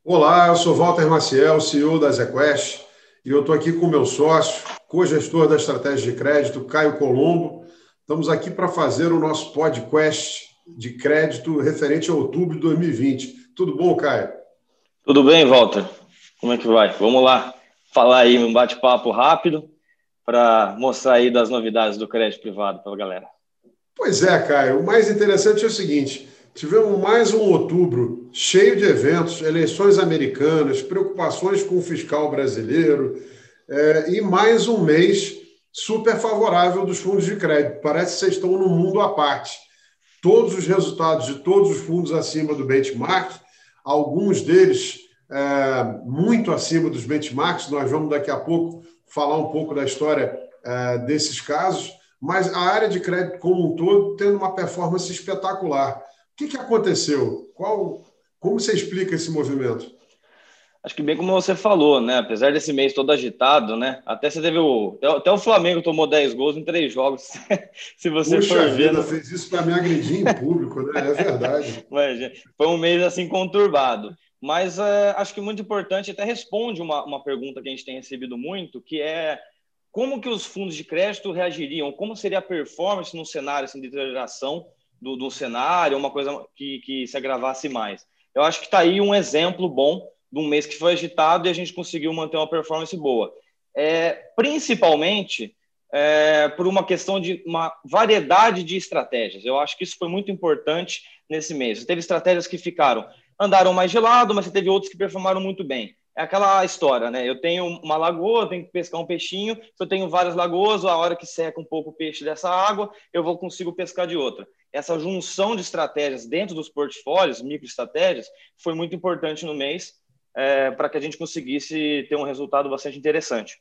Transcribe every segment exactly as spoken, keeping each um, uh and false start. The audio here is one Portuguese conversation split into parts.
Olá, eu sou Walter Maciel, C E O da ZQuest, e eu estou aqui com o meu sócio, co-gestor da estratégia de crédito, Caio Colombo. Estamos aqui para fazer o nosso podcast de crédito referente a outubro de dois mil e vinte. Tudo bom, Caio? Tudo bem, Walter? Como é que vai? Vamos lá falar aí um bate-papo rápido para mostrar aí das novidades do crédito privado para a galera. Pois é, Caio. O mais interessante é o seguinte: tivemos mais um outubro cheio de eventos, eleições americanas, preocupações com o fiscal brasileiro, é, e mais um mês super favorável dos fundos de crédito. Parece que vocês estão num mundo à parte. Todos os resultados de todos os fundos acima do benchmark, alguns deles é, muito acima dos benchmarks. Nós vamos daqui a pouco falar um pouco da história é, desses casos, mas a área de crédito como um todo tendo uma performance espetacular. O que, que aconteceu? Qual, como você explica esse movimento? Acho que bem como você falou, né? Apesar desse mês todo agitado, né? Até você teve o... Até o Flamengo tomou dez gols em três jogos. Se você Puxa for vida, vendo... fez isso para me agredir em público, né? É verdade. Mas, foi um mês assim conturbado. Mas é, acho que muito importante, até responde uma, uma pergunta que a gente tem recebido muito, que é como que os fundos de crédito reagiriam? Como seria a performance no cenário assim, de deterioração do, do cenário, uma coisa que, que se agravasse mais? Eu acho que está aí um exemplo bom de um mês que foi agitado e a gente conseguiu manter uma performance boa. É, principalmente é, por uma questão de uma variedade de estratégias. Eu acho que isso foi muito importante nesse mês. Você teve estratégias que ficaram, andaram mais de lado, mas você teve outros que performaram muito bem. É aquela história, né? Eu tenho uma lagoa, tenho que pescar um peixinho. Se eu tenho várias lagoas, a hora que seca um pouco o peixe dessa água, eu vou consigo pescar de outra. Essa junção de estratégias dentro dos portfólios, microestratégias, foi muito importante no mês é, para que a gente conseguisse ter um resultado bastante interessante.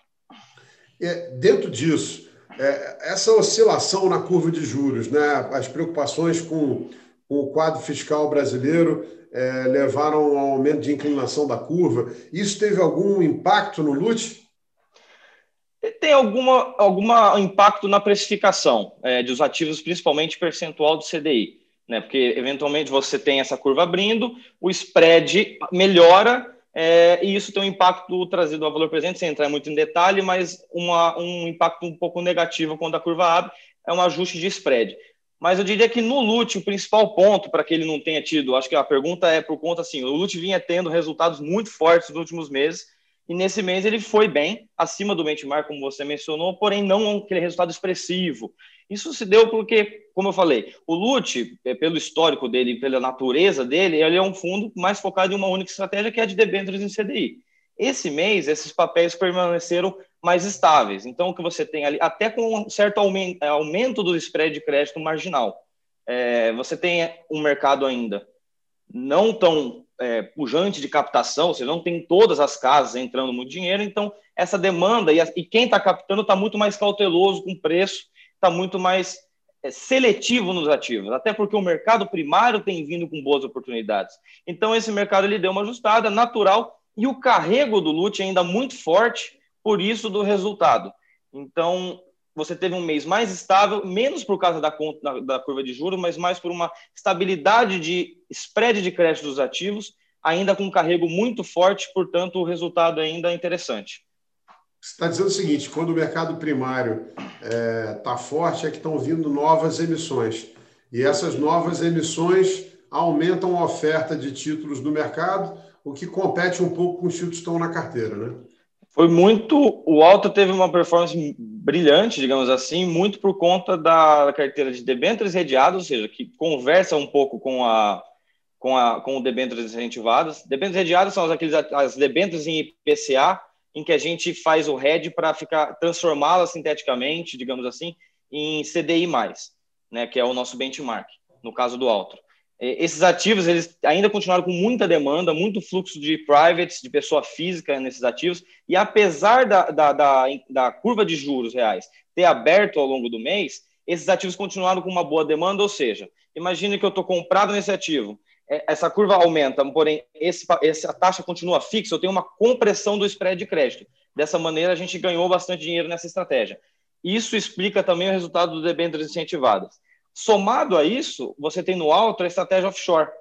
É, dentro disso, é, essa oscilação na curva de juros, né, as preocupações com, com o quadro fiscal brasileiro é, levaram ao aumento de inclinação da curva. Isso teve algum impacto no L U T? Tem alguma, alguma impacto na precificação é, dos ativos, principalmente percentual do C D I, né? Porque eventualmente você tem essa curva abrindo, o spread melhora é, e isso tem um impacto trazido ao valor presente, sem entrar muito em detalhe, mas uma, um impacto um pouco negativo quando a curva abre, é um ajuste de spread. Mas eu diria que no L U T, o principal ponto para que ele não tenha tido, acho que a pergunta é por conta assim, o L U T vinha tendo resultados muito fortes nos últimos meses, e nesse mês ele foi bem, acima do benchmark, como você mencionou, porém não aquele resultado expressivo. Isso se deu porque, como eu falei, o L U T, pelo histórico dele, pela natureza dele, ele é um fundo mais focado em uma única estratégia, que é a de debêntures em C D I. Esse mês, esses papéis permaneceram mais estáveis. Então, o que você tem ali, até com um certo aumento do spread de crédito marginal, é, você tem um mercado ainda não tão é, pujante de captação, você não tem todas as casas entrando muito dinheiro, então essa demanda, e, a, e quem está captando está muito mais cauteloso com o preço, está muito mais é, seletivo nos ativos, até porque o mercado primário tem vindo com boas oportunidades. Então esse mercado ele deu uma ajustada natural e o carrego do L U T ainda muito forte, por isso do resultado. Então, você teve um mês mais estável, menos por causa da, da, da curva de juros, mas mais por uma estabilidade de spread de crédito dos ativos, ainda com um carrego muito forte, portanto, o resultado ainda é interessante. Você está dizendo o seguinte: quando o mercado primário está é, forte, é que estão vindo novas emissões. E essas novas emissões aumentam a oferta de títulos no mercado, o que compete um pouco com os títulos que estão na carteira, né? Foi muito... O Alto teve uma performance brilhante, digamos assim, muito por conta da carteira de debêntures redeadas, ou seja, que conversa um pouco com a com, a, com o debêntures incentivadas. Debêntures redeadas são aqueles, as debêntures em I P C A, em que a gente faz o hedge para ficar transformá-las sinteticamente, digamos assim, em C D I mais, né, que é o nosso benchmark, no caso do Alto. Esses ativos eles ainda continuaram com muita demanda, muito fluxo de privates, de pessoa física nesses ativos, e apesar da, da, da, da curva de juros reais ter aberto ao longo do mês, esses ativos continuaram com uma boa demanda, ou seja, imagine que eu estou comprado nesse ativo, essa curva aumenta, porém esse, essa taxa continua fixa, eu tenho uma compressão do spread de crédito. Dessa maneira, a gente ganhou bastante dinheiro nessa estratégia. Isso explica também o resultado do debêntures incentivadas. Somado a isso, você tem no alto a estratégia offshore.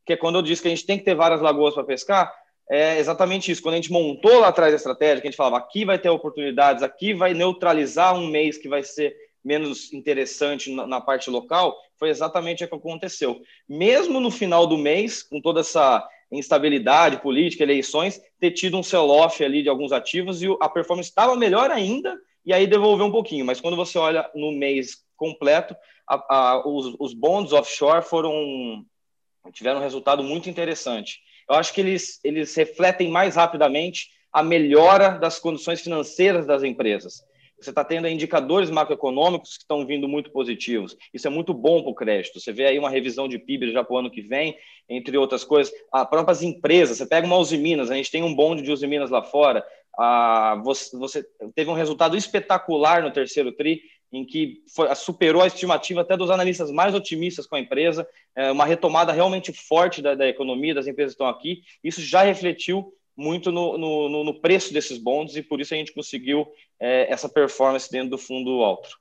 que é quando eu disse que a gente tem que ter várias lagoas para pescar, é exatamente isso. Quando a gente montou lá atrás a estratégia, que a gente falava, aqui vai ter oportunidades, aqui vai neutralizar um mês que vai ser menos interessante na, na parte local, foi exatamente o que aconteceu. Mesmo no final do mês, com toda essa instabilidade política, eleições, ter tido um sell-off ali de alguns ativos e a performance estava melhor ainda, e aí devolveu um pouquinho. Mas quando você olha no mês completo, a, a, os, os bonds offshore foram, tiveram um resultado muito interessante. Eu acho que eles, eles refletem mais rapidamente a melhora das condições financeiras das empresas. Você está tendo indicadores macroeconômicos que estão vindo muito positivos. Isso é muito bom para o crédito. Você vê aí uma revisão de P I B já para o ano que vem, entre outras coisas. As próprias empresas, você pega uma Usiminas, a gente tem um bonde de Usiminas lá fora, ah, você, você teve um resultado espetacular no terceiro tri, em que foi, superou a estimativa até dos analistas mais otimistas com a empresa, é, uma retomada realmente forte da, da economia, das empresas que estão aqui. Isso já refletiu muito no, no, no preço desses bonds e por isso a gente conseguiu é, essa performance dentro do fundo Altro.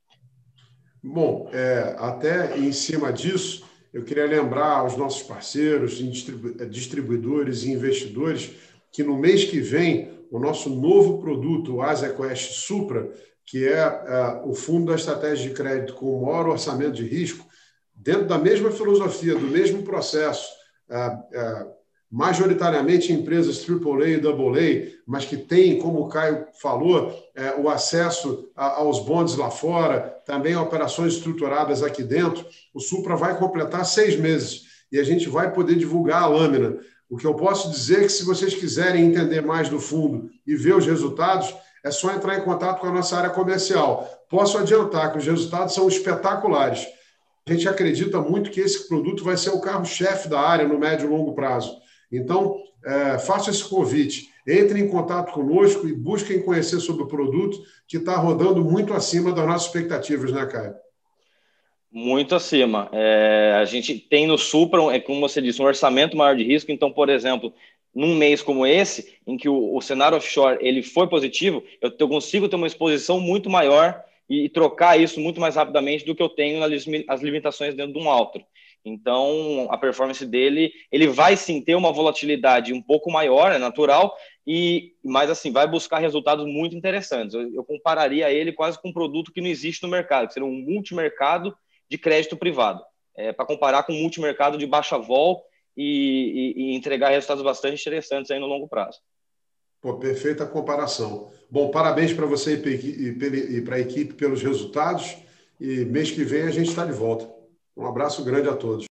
Bom, é, até em cima disso, eu queria lembrar aos nossos parceiros, distribuidores e investidores que no mês que vem o nosso novo produto, o AsiaQuest Supra, que é, é o fundo da estratégia de crédito com o maior orçamento de risco, dentro da mesma filosofia, do mesmo processo, é, é, majoritariamente empresas triplo A e double A, mas que têm, como o Caio falou, é, o acesso a, aos bonds lá fora, também operações estruturadas aqui dentro. O Supra vai completar seis meses e a gente vai poder divulgar a lâmina. O que eu posso dizer é que, se vocês quiserem entender mais do fundo e ver os resultados, é só entrar em contato com a nossa área comercial. Posso adiantar que os resultados são espetaculares. A gente acredita muito que esse produto vai ser o carro-chefe da área no médio e longo prazo. Então, é, faça esse convite. Entre em contato conosco e busquem conhecer sobre o produto, que está rodando muito acima das nossas expectativas, né, Caio? Muito acima. É, a gente tem no Supra, é, como você disse, um orçamento maior de risco. Então, por exemplo, num mês como esse, em que o, o cenário offshore ele foi positivo, eu, eu consigo ter uma exposição muito maior e, e trocar isso muito mais rapidamente do que eu tenho nas limitações dentro de um Altro. Então, a performance dele, ele vai sim ter uma volatilidade um pouco maior, é natural, e, mas assim, vai buscar resultados muito interessantes. Eu, eu compararia ele quase com um produto que não existe no mercado, que seria um multimercado de crédito privado, é, para comparar com um multimercado de baixa vol e, e, e entregar resultados bastante interessantes aí no longo prazo. Pô, perfeita comparação. Bom, parabéns para você e para a equipe pelos resultados, e mês que vem a gente está de volta. Um abraço grande a todos.